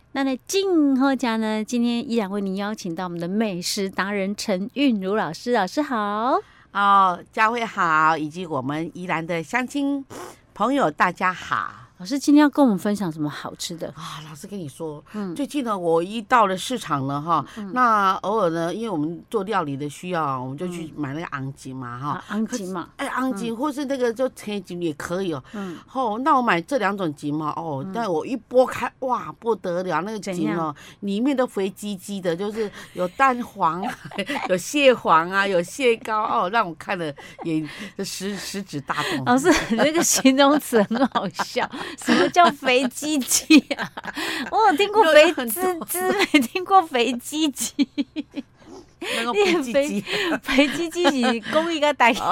那呢，静候家呢，今天依然为您邀请到我们的美食达人陈韵如老师，老师好。 佳慧好，以及我们宜兰的乡亲朋友大家好。 老师今天要跟我们分享什么好吃的啊？老师跟你说，最近呢，我一到了市场呢，那偶尔呢，因为我们做料理的需要，我们就去买那个昂金嘛， 昂金嘛， 昂金或是那个就青金也可以哦。那我买这2种金嘛，但我一剥开，哇，不得了，那个金哦，里面都肥鸡鸡的，就是有蛋黄，有蟹黄啊，有蟹膏让我看了也食指大动。 老师，你这个形容词很好笑。什么叫肥鸡鸡啊？我有听过肥滋滋，没听过肥鸡鸡。 那个肥鸡鸡， 肥鸡鸡是公益个代言，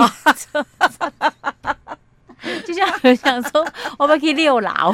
就像有人想说，我要去遛老。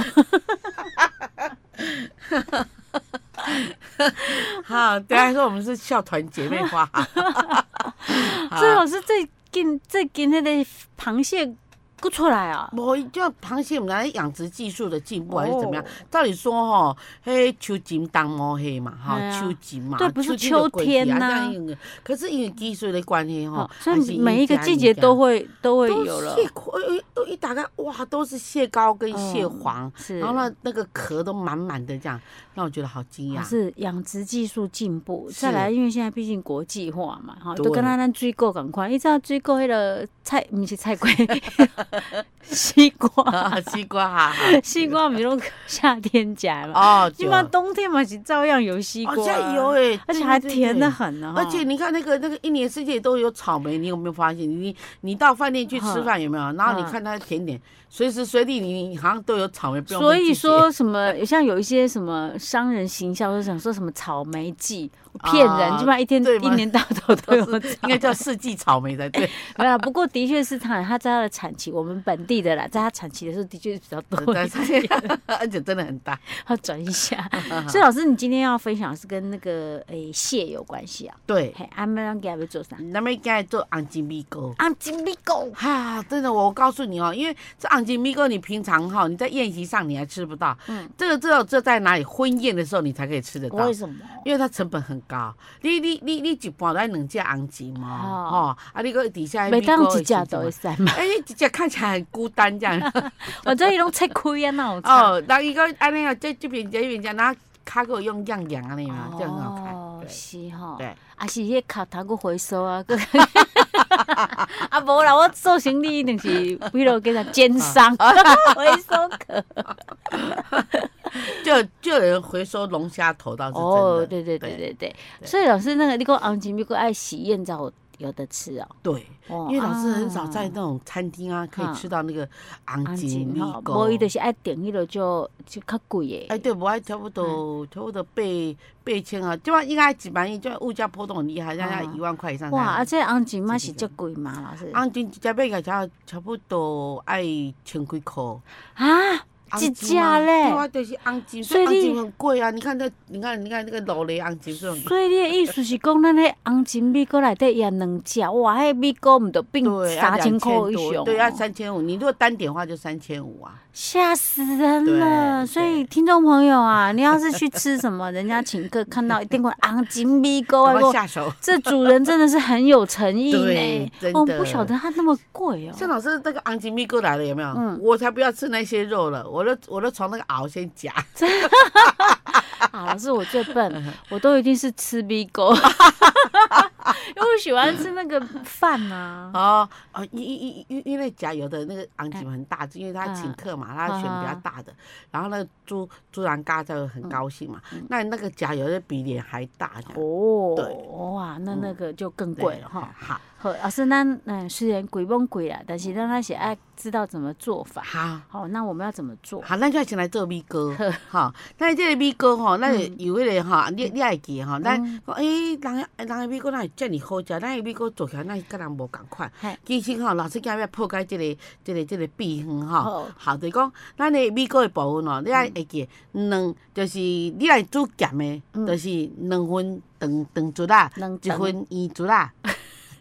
好，对他说我们是校团姐妹花。 所以老师最近那个螃蟹。不出来啊！ 无，就螃蟹，我们养殖技术的进步还是怎么样？照理说秋金当毛黑嘛，秋金嘛， 对，不是秋天呐。 可是因为技术的关系所以每一个季节都会有了。 都一打开，哇，都是蟹膏跟蟹黄，然后那个壳都满满的这样，让我觉得好惊讶。 是养殖技术进步，再来，因为现在毕竟国际化嘛，都跟咱水果同款。你知道水果那个菜，不是菜龟。西瓜， 西瓜哈， 西瓜不是都夏天夹嘛？起码冬天嘛是照样有西瓜， 现在有而且还甜得很呢。 而且你看那个一年四季都有草莓，你有没有发现？你到饭店去吃饭有没有？然后你看它的甜点，随时随地你好像都有草莓，不用。 所以说什么像有一些什么商人行销都想说什么草莓季。骗人，基本上一年到头都有， 应该叫四季草莓才对。 没有，不过的确是它在它的产期，我们本地的啦，在它产期的时候的确是比较多一点， 而且真的很大。 要转一下。所以老师，你今天要分享的是跟那个蟹有关系啊？ 对。 俺们要给它做啥？ 咱们给它做昂金米糕。 昂金米糕， 哈，真的，我告诉你哦，因为这昂金米糕，你平常你在宴席上你还吃不到。这在哪里？婚宴的时候你才可以吃得到。 为什么？ 因为它成本很高。你一盘来2只昂金嘛，你个底下每当一只都会使嘛。 一只看起来很孤单这样。 我这里拢切开啊，那有差。 然后伊个安尼这边然后卡个用样安尼嘛，这样很好看。 是哈。 对。 啊是迄卡头个回收啊，啊无啦，我做生意一定是为了给他奸商回收壳。 就有人回收龙虾头，倒是真的。 对。所以老师那个你讲昂金米糕爱喜宴才有的吃哦。 对，因为老师很少在那种餐厅可以吃到那个昂金米糕。 无伊就是爱订迄个就较贵的。 对，无爱差不多8000啊，就应该1万，就物价波动很厉害，要1万块以上。 哇，这昂金嘛是足贵嘛，老师？ 昂金一只买起来差不多爱千几块啊。一家嘞， 对啊，就是昂金，所以昂金很贵啊。你看那个老的昂金是很贵。 所以你的意思是讲，咱迄昂金米糕内底也2只，哇，迄米糕唔得变3000块以上。 对啊，3500。你如果单点的话就3500啊。 吓死人了！所以听众朋友啊，你要是去吃什么，人家请客看到一定会昂金米糕， 下手。 这主人真的是很有诚意呢。 真的。 我不晓得他那么贵哦。 像老师那个昂金米糕来了有没有？我才不要吃那些肉了，我都从那个螯先夹。 老师，我最笨，我都一定是吃米糕。因为我喜欢吃那个饭啊。 因为夹有的那个昂金很大只，因为他请客嘛，他选比较大的，然后那个猪然嘎就很高兴嘛。那夹有的比脸还大。 哦，对，哇，那个就更贵了哈。好，老师，咱虽然贵不贵啦，但是咱还是爱知道怎么做法。好，那我们要怎么做？ 好，咱就先来做米糕。好，咱这个米糕咱有迄个你爱记咱讲人的米糕哪会这么好吃？咱的米糕做起来哪跟人无同款。其实老师今日要破解这个秘方好，就是讲咱的米糕的部分你爱会记就是你来煮咸的，就是2分长竹啦，1分圆竹啦。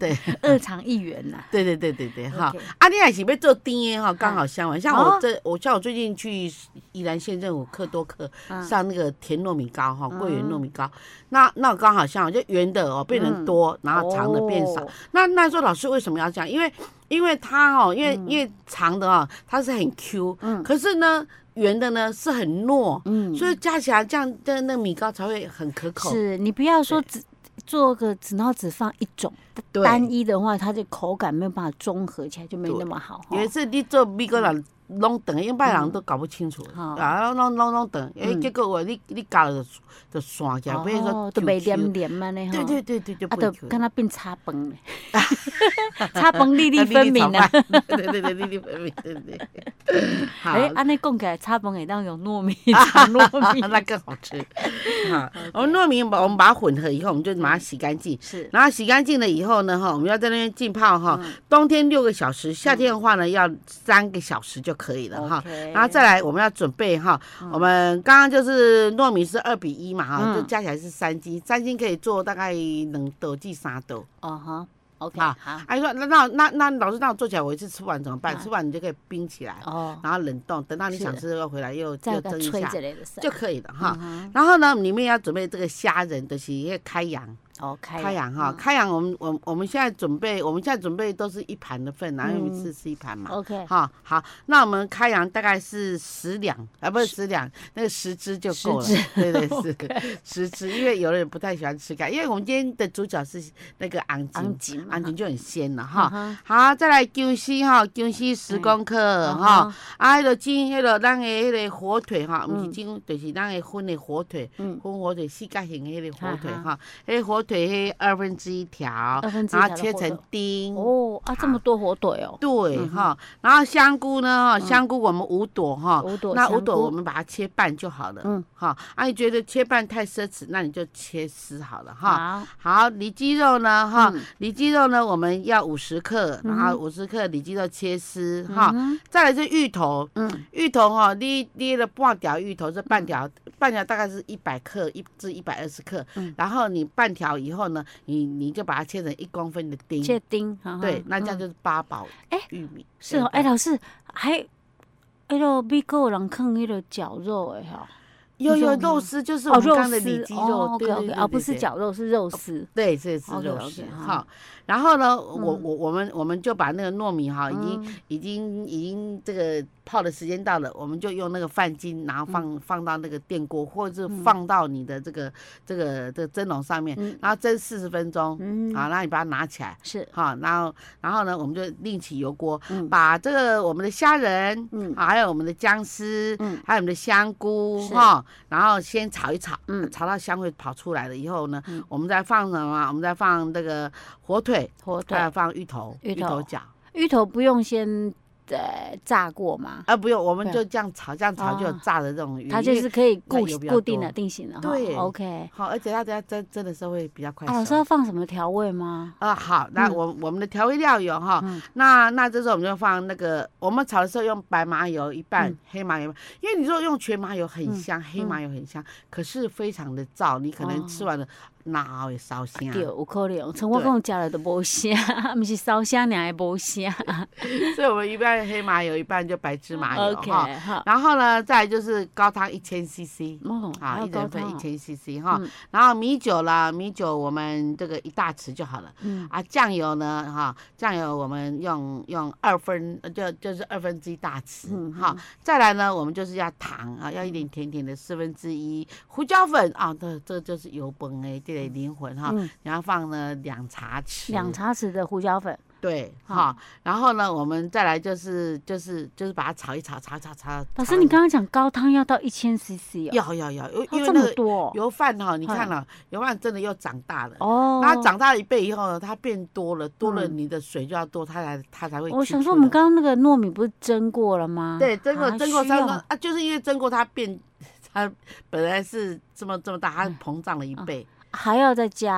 对 ，2场1元呐。 对哈。啊，你还是要做甜的哈，刚好相反。像我最近去宜兰县政府克多克上那个甜糯米糕哈，桂圆糯米糕，那刚好相反，就圆的哦变成多，然后长的变少。那说老师为什么要这样？因为它哦，因为长的哦，它是很 Q， 可是呢。圆的呢是很糯，所以加起来这样的那米糕才会很可口。 是你不要说做个然后只放一种单一的话，它的口感没有办法综合起来，就没那么好。 有一次你做米糕人拢等，一般人都搞不清楚，啊，拢等，结果话你加了就散起来，比如说都袂黏黏安尼吼。 对，就啊，就敢若变炒饭嘞，炒饭粒粒分明啊。 对，粒粒分明，对。 安尼讲起来，炒饭会当用糯米炒糯米， 那更好吃。好，我们糯米我们把它混合以后，我们就把它洗干净。 是， 然后洗干净了以后呢，哈，我们要在那边浸泡哈。冬天6个小时，夏天的话呢要3个小时就可以了哈。然后再来我们要准备哈，我们刚刚就是糯米是2比1嘛哈，就加起来是3斤，3斤可以做大概2斗至3斗。 OK， 好。哎，说那老师，那我做起来我一次吃完怎么办？吃完你就可以冰起来，然后冷冻，等到你想吃的时候回来又蒸一下就可以了哈。然后呢，里面要准备这个虾仁，就是开洋。开洋哈，开洋我们现在准备都是1盘的份，然后一次吃1盘嘛。 OK， 好，那我们开洋大概是10两，不是10两，那个10只就够了。对，是10只，因为有的人不太喜欢吃开，因为我们今天的主角是那个红金就很鲜了哈。好，再来姜丝哈，姜丝10公克哈，迄个煎迄个咱的迄个火腿哈，不是煎，就是咱的荤的火腿，荤火腿四角形的迄个火腿哈，迄个火腿2/2条，然后切成丁。 这么多火腿哦。 对哈，然后香菇呢？香菇我们5朵哈，那5朵我们把它切半就好了。好，你觉得切半太奢侈，那你就切丝好了哈。好，里脊肉呢？哈，里脊肉呢我们要50克，然后50克里脊肉切丝哈。再来是芋头，芋头哈，你的半条芋头是半条大概是100克1至120克，然后你半条以后呢，你就把它切成1公分的丁， 切丁， 对，那这样就是8宝玉米。 是哦，老师还，美国人放绞肉的哈。 有肉丝，就是我们刚刚的里脊肉， 对，不是绞肉，是肉丝。 对，这是肉丝。好，然后呢，我们就把那个糯米哈，已经这个泡的时间到了，我们就用那个饭巾，然后放到那个电锅，或者是放到你的这个蒸笼上面，然后蒸40分钟。好，然后你把它拿起来。 是。 好，然后呢，我们就另起油锅，把这个我们的虾仁，还有我们的姜丝，还有我们的香菇哈。然后先炒一炒，炒到香味跑出来了以后呢，我们再放什么？我们再放这个火腿，再放芋头角。 芋头不用先炸过吗？ 不用，我们就这样炒，就有炸的这种鱼， 它就是可以固定的定型的。 对 ，OK。 好，而且它等下蒸的时候会比较快熟。 老师要放什么调味吗？ 好，那我们的调味料有哈，那这时候我们就放那个，我们炒的时候用白麻油1半，黑麻油，因为你说用全麻油很香，黑麻油很香，可是非常的燥，你可能吃完了。哪会烧香？ 对，有可能。像我讲食了都无香，不是烧香，尔会无香。 所以我们一半黑麻油，一半就白芝麻油哈。 好。 然后呢，再来就是高汤1000 CC， 啊，1人份1000 CC 哈。然后米酒我们这个1大匙就好了。酱油呢，哈，酱油我们用就是1/2大匙哈。再来呢，我们就是要糖啊，要一点甜甜的1/4，胡椒粉啊，这就是油崩哎。灵魂哈，然后放了2茶匙 ，2茶匙的胡椒粉， 对，哈，然后呢，我们再来就是把它炒一炒，炒。 老师，你刚刚讲高汤要到1000 CC 哦， 要，因为这么多油饭哈，你看了油饭真的又长大了哦，它长大了1倍以后呢，它变多了，你的水就要多，它才会。 我想说，我们刚刚那个糯米不是蒸过了吗？ 对，蒸过3个啊，就是因为蒸过它本来是这么大，它膨胀了1倍。 还要再加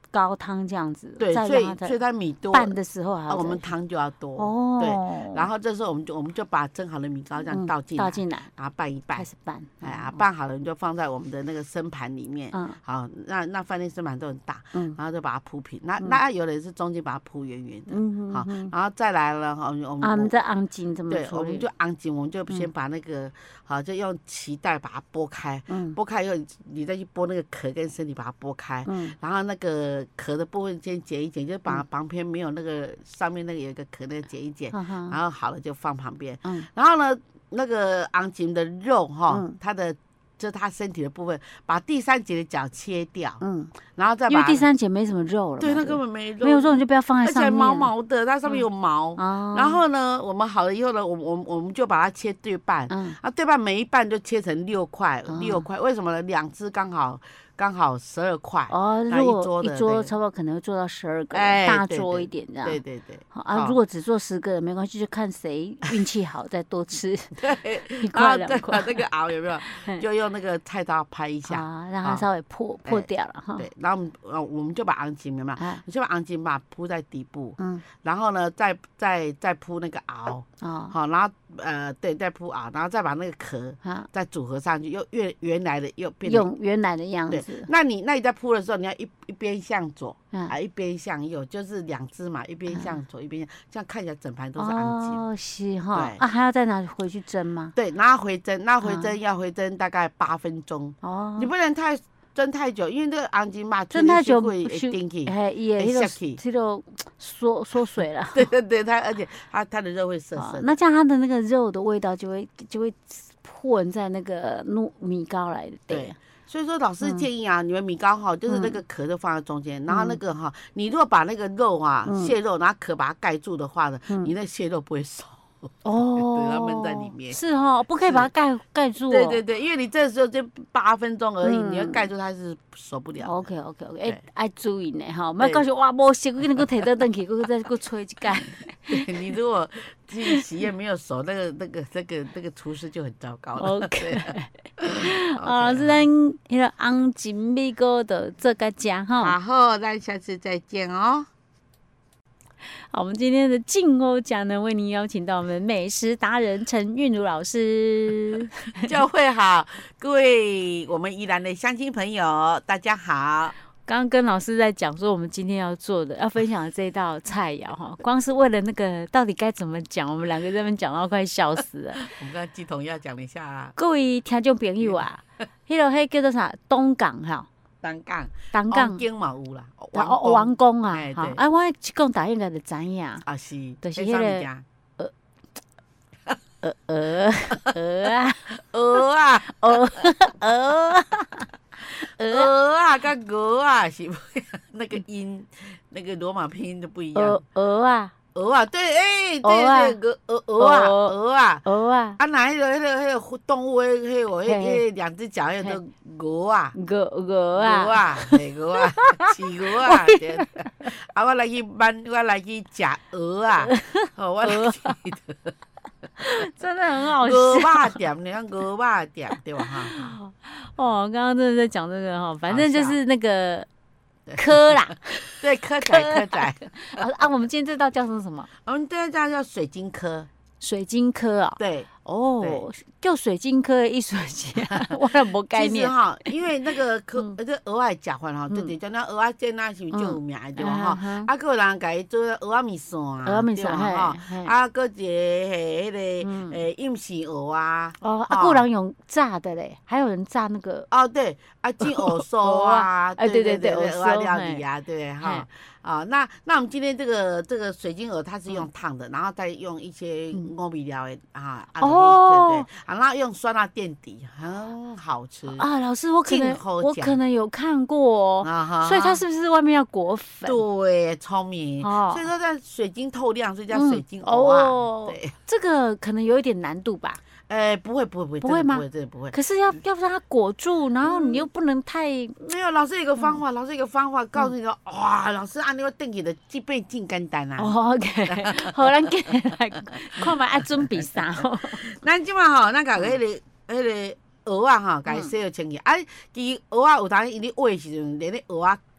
高汤这样子。 对，所以它米多拌的时候还要我们汤就要多。 哦。 对，然后这时候我们就把蒸好的米糕这样倒进来，然后拌一拌， 开始拌。 拌好了你就放在我们的那个生盘里面。好，那饭店生盘都很大。然后就把它铺平。那有人是中间把它铺圆圆的。好，然后再来了我们在昂筋怎么处理？ 对，我们就昂筋，我们就先把那个好，就用脐带把它剥开。剥开以后，你再去剥那个壳跟身体，把它剥开。然后那个壳的部分先剪一剪，就把旁边没有那个上面那个有一个壳，那个剪一剪。然后好了就放旁边。然后呢，那个昂筋的肉就它身体的部分，把第三节的脚切掉。然后再把， 因为第三节没什么肉了。 对，那根本没肉。 没有肉你就不要放在上面。 而且毛毛的，它上面有毛。然后呢，我们好了以后呢，我们就把它切对半。对半每一半就切成6块，6块。为什么呢2只刚好12块。 如果一桌差不多可能会做到12个，大桌一点这样。 对对对。 如果只做10个没关系，就看谁运气好再多吃。 对。 1块2块。 再把那个熬有没有？就用那个菜刀拍一下， 让它稍微破掉了哈。 对，然后我们就把昂筋有没有？你就把昂筋把它铺在底部。然后呢，再铺那个熬。好，然后对，再铺熬，然后再把那个壳再组合上去，又原来的又变用原来的样子。 那你在铺的时候，你要一边向左一边向右，就是2只嘛，一边向左一边向，这样看起来整盘都是昂筋。 哦，是哈。对。还要再拿回去蒸吗？ 对，拿回蒸，要回蒸大概8分钟。你不能蒸太久，因为这个昂筋嘛， 蒸太久会顶起， 会这个缩水了。 对对对，而且它的肉会涩涩。 那这样它的那个肉的味道就会混在那个米糕来的。 对。所以说，老师建议你们米糕就是那个壳就放在中间，然后那个你如果把那个肉蟹肉，然后壳把它盖住的话呢，你那蟹肉不会熟。对，它闷在里面。 是不可以把它盖住。 对对对，因为你这时候就8分钟而已，你要盖住它是熟不了。 OK，要注意呢不要到时哇无熟，你搁摕倒转去，再吹一盖。 你如果自己洗也没有熟，那个厨师就很糟糕了。 OK。老师，咱那个昂筋米糕的这个家好，咱下次再见哦。 好，我们今天的静欧奖呢，为您邀请到我们美食达人陈韵如老师。 教会好，各位我们宜兰的乡亲朋友，大家好。 刚刚跟老师在讲说，我们今天要分享的这道菜肴光是为了那个到底该怎么讲，我们2个在那边讲到快笑死了。 我们刚刚鸡同要讲一下各位听众朋友那叫做啥？东港东港王宫嘛有啦， 王宫我一讲大家应该就知影。 是， 就是那个鹅跟鹅是那个音，那个罗马拼音都不一样。鹅对，对，鹅那迄个动物迄2只脚迄个鹅是鹅对。我来去食鹅我来去的。 真的很好笑。 鹅肉店，你看鹅肉店对吧？ 刚刚真的在讲这个反正就是那个蚵啦， 对，蚵仔。 我们今天这道叫什么？ 我们这道叫水晶蚵。 水晶蚵对。 叫水晶蚵的艺术家，我也没概念。 其实因为那个这鹅仔食法对，叫那鹅仔煎是就有名对吧？还有人家做鹅仔面线对吧？还有一个硬皮鹅还有人用炸的嘞，还有人炸那个对煎鹅酥对，鹅仔料理对那我们今天这个水晶鹅它是用烫的，然后再用一些糯米料的对，然后用酸辣垫底，很好吃老师，我可能有看过所以它是不是外面要裹粉？ 对，聪明所以说在水晶透亮，所以叫水晶鹅对， 这个可能有一点难度吧。 不会吗？真的不会。 可是要让它裹住，然后你又不能太…… 没有，老师有一个方法，告诉你说，老师按那个凳子的基本真简单 OK， 好，咱今日来看嘛，要准备啥？ 咱即马咱甲迄个鹅甲伊洗好清气。其实鹅有当因你煨的时阵，连那鹅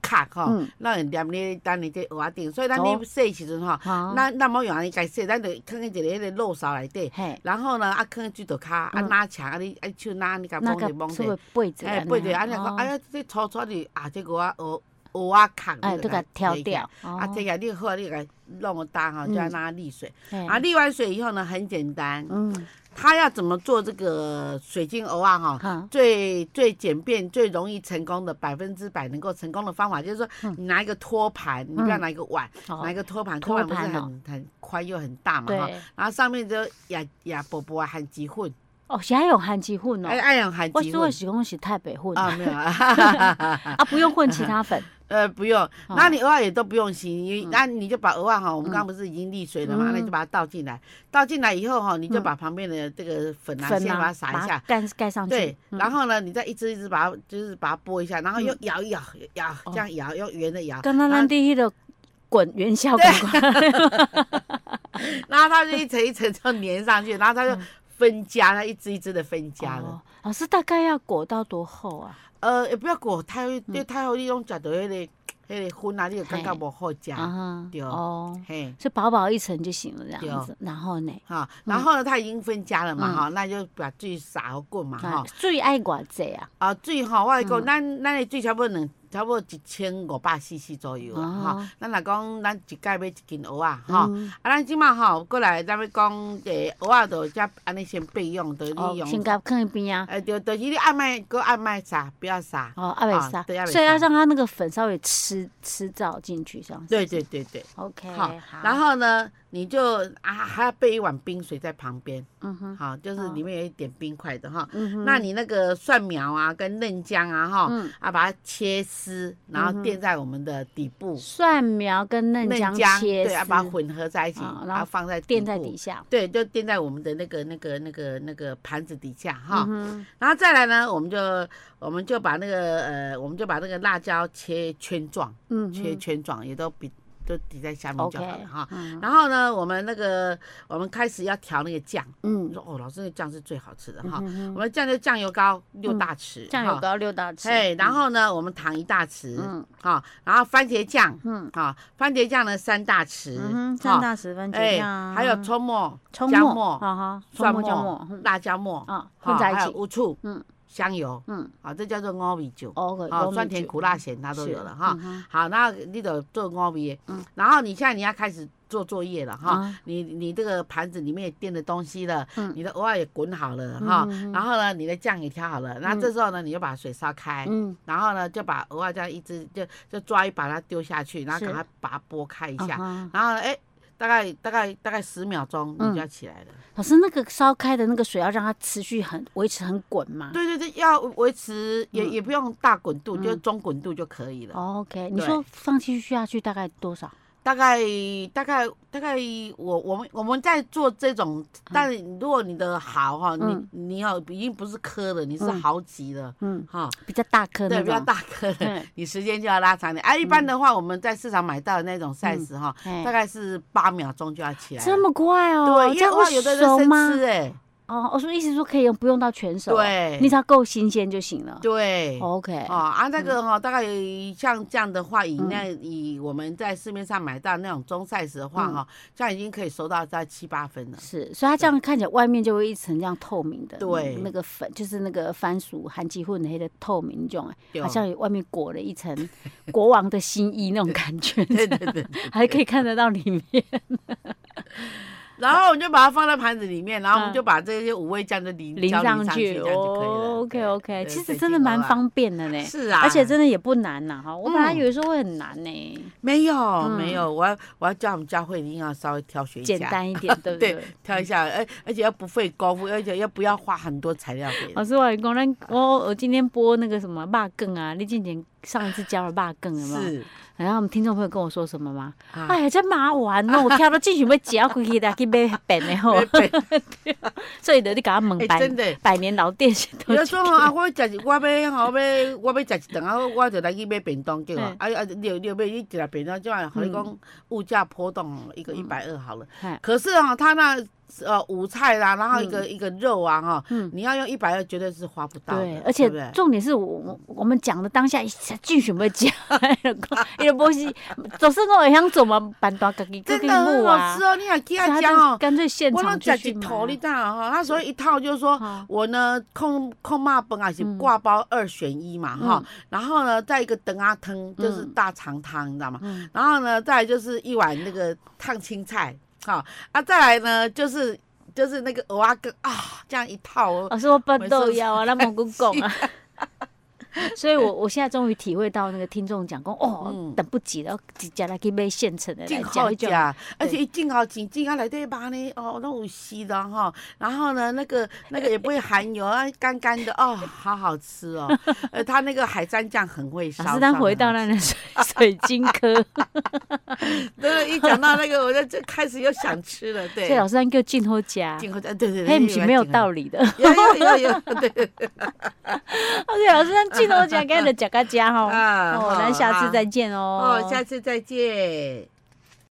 壳吼，咱会黏咧咱的这蚵仔顶，所以咱咧洗的时阵吼，咱莫用安尼家洗，咱就放进一个迄个漏勺内底，然后呢放水倒骹，拿起来，你手拿你甲放入网底， 背着， 背着，安尼讲，哎呀，这粗粗的这个蚵仔壳， 都甲挑掉， 摕起来你好，你甲弄个大吼，就要让它沥水，沥完水以后呢，很简单，他要怎么做这个水晶蚵仔哈？最简便、最容易成功的100%能够成功的方法，就是说你拿一个托盘，你不要拿一个碗，拿一个托盘，托盘不是很宽又很大嘛哈？然后上面就压薄薄的番薯粉。 哦，是爱用番薯粉哦。 爱用番薯粉。 我说的是讲是太白粉啊，没有啊，不用混其他粉。 不用，那你蚵仔也都不用洗，那你就把蚵仔哈，我们刚刚不是已经沥水了嘛，那你就把它倒进来，倒进来以后哈，你就把旁边的这个粉啊，先把它撒一下， 盖上去。 对，然后呢，你再一只把它，就是把它拨一下，然后又摇一摇，这样摇，用圆的摇。 刚刚咱第一个滚元宵滚， 然后它就一层一层就粘上去，然后它就分家，它一只一只的分家了。 老师大概要裹到多厚啊？ 也不要裹太厚，你太厚你拢食到迄个粉啊，你就感觉无好食，对哦，嘿，所以薄薄一层就行了这样子。然后呢？ 然后呢，它已经分家了嘛，哈，那就把水洒好滚嘛，哈。 水爱偌济啊？ 水哈，我讲咱的水差不多差不多1500cc 左右哈。咱若讲咱一盖买1斤蚵仔哈，咱即马吼过来，咱要讲蚵仔就才安尼先备用，就你用。 先甲放一边啊。 就是你按麦撒，不要撒。 爱袂撒。所以要让它那个粉稍微吃燥进去，这样。 对。 OK。 好，然后呢，你就还要备一碗冰水在旁边。好，就是里面有一点冰块的哈。那你那个蒜苗啊，跟嫩姜啊哈，把它切丝，然后垫在我们的底部。蒜苗跟嫩姜切丝，对，把它混合在一起，然后放在垫在底下。 对，就垫在我们的那个盘子底下哈。然后再来呢，我们就把那个辣椒切圈状，切圈状也都抵在下面就好了哈。然后呢，我们开始要调那个酱。你说老师那个酱是最好吃的哈。我们酱就酱油膏6大匙， 酱油膏6大匙。 哎，然后呢，我们糖1大匙，然后番茄酱，番茄酱呢3大匙 ，3大匙番茄酱， 还有葱末、姜末、蒜末、辣椒末， 混在一起， 还有乌醋，香油，这叫做五味酒，酸甜苦辣咸它都有了哈。好，那你就做五味，然后现在你要开始做作业了哈。你这个盘子里面也垫的东西了，你的蚵仔也滚好了哈，然后呢，你的酱也调好了，那这时候呢，你就把水烧开，然后呢，就把蚵仔这样一只就抓一把它丢下去，然后赶快把它拨开一下，然后大概10秒钟你就要起来了。 老师，那个烧开的那个水要让它持续维持很滚吗？ 对，要维持也不用大滚度，就中滚度就可以了。 OK， 你说放进去下去大概多少？ 大概我们在做这种，但是如果你的蚝哈，你已经不是颗了，你是蚝级了， 比较大颗的， 对，比较大颗的，你时间就要拉长点。一般的话我们在市场买到的那种 size 哈，大概是8秒钟就要起来， 这么快哦？ 对，因为有的人生吃我说意思说可以不用到全熟， 对， 你只要够新鲜就行了。 对 ，OK。 那个大概像这样的话，以我们在市面上买到那种中 size 的话这样已经可以熟到在7、8分了。 是，所以它这样看起来外面就会一层这样透明的， 对， 那个粉就是那个番薯含鸡混的黑的透明那种，好像外面裹了一层国王的新衣那种感觉。 对， 还可以看得到里面。 然后我们就把它放在盘子里面，然后我们就把这些五味酱就淋上去，这样就可以了。 OK， 其实真的蛮方便的呢。 是啊， 而且真的也不难呐哈。我本来以为说会很难呢。 没有，我要教我们佳慧一定要稍微挑选一下， 简单一点，对不对？ 对，挑一下，而且要不费功夫，而且要不要花很多材料给。 老师，我讲我今天播那个什么肉羹啊，你之前上一次教了肉羹，有没有？是。然后我们听众朋友跟我说什么吗？哎呀，这麻烦哦！我听到进去要夹回去的，去买便的吼。所以就你甲我问百年老店是多少？ 有说我要食一顿啊，我就来去买便当叫啊。你买你一来便当，就互你讲物价波动，一个120好了。可是他那五菜啦，然后一个肉啊哈，你要用120绝对是花不到的。 对，而且重点是我们讲的当下继续没讲，伊就无是，就是我会想做嘛，办大家己真的很好吃哦，你还记得讲哦， 干脆现场就去买。 我头你知道哈，他所以一套就是说我呢控肉饭还是挂包2选1嘛哈，然后呢再一个等啊汤就是大肠汤，你知道吗？然后呢再来就是一碗那个烫青菜。好啊，再来呢，就是那个蚵仔羹啊，这样一套。 老师，我不豆腰啊，那蘑菇讲啊。所以我现在终于体会到那个听众讲哦，等不及了，直接来去买现成的来讲一讲。 而且真好吃，真啊内底肉呢，哦，都有丝的哈。然后呢，那个也不会含油啊，干干的哦，好好吃哦。它那个海山酱很会烧。老师，咱回到那个水晶科。 对，一讲到那个，我就开始又想吃了。对。 所以老师，咱叫进口家。 进口家，对。 嘿，不是没有道理的。 有，对。 OK， 老师，咱进口家，今日就吃到这吼。咱下次再见哦。 下次再见。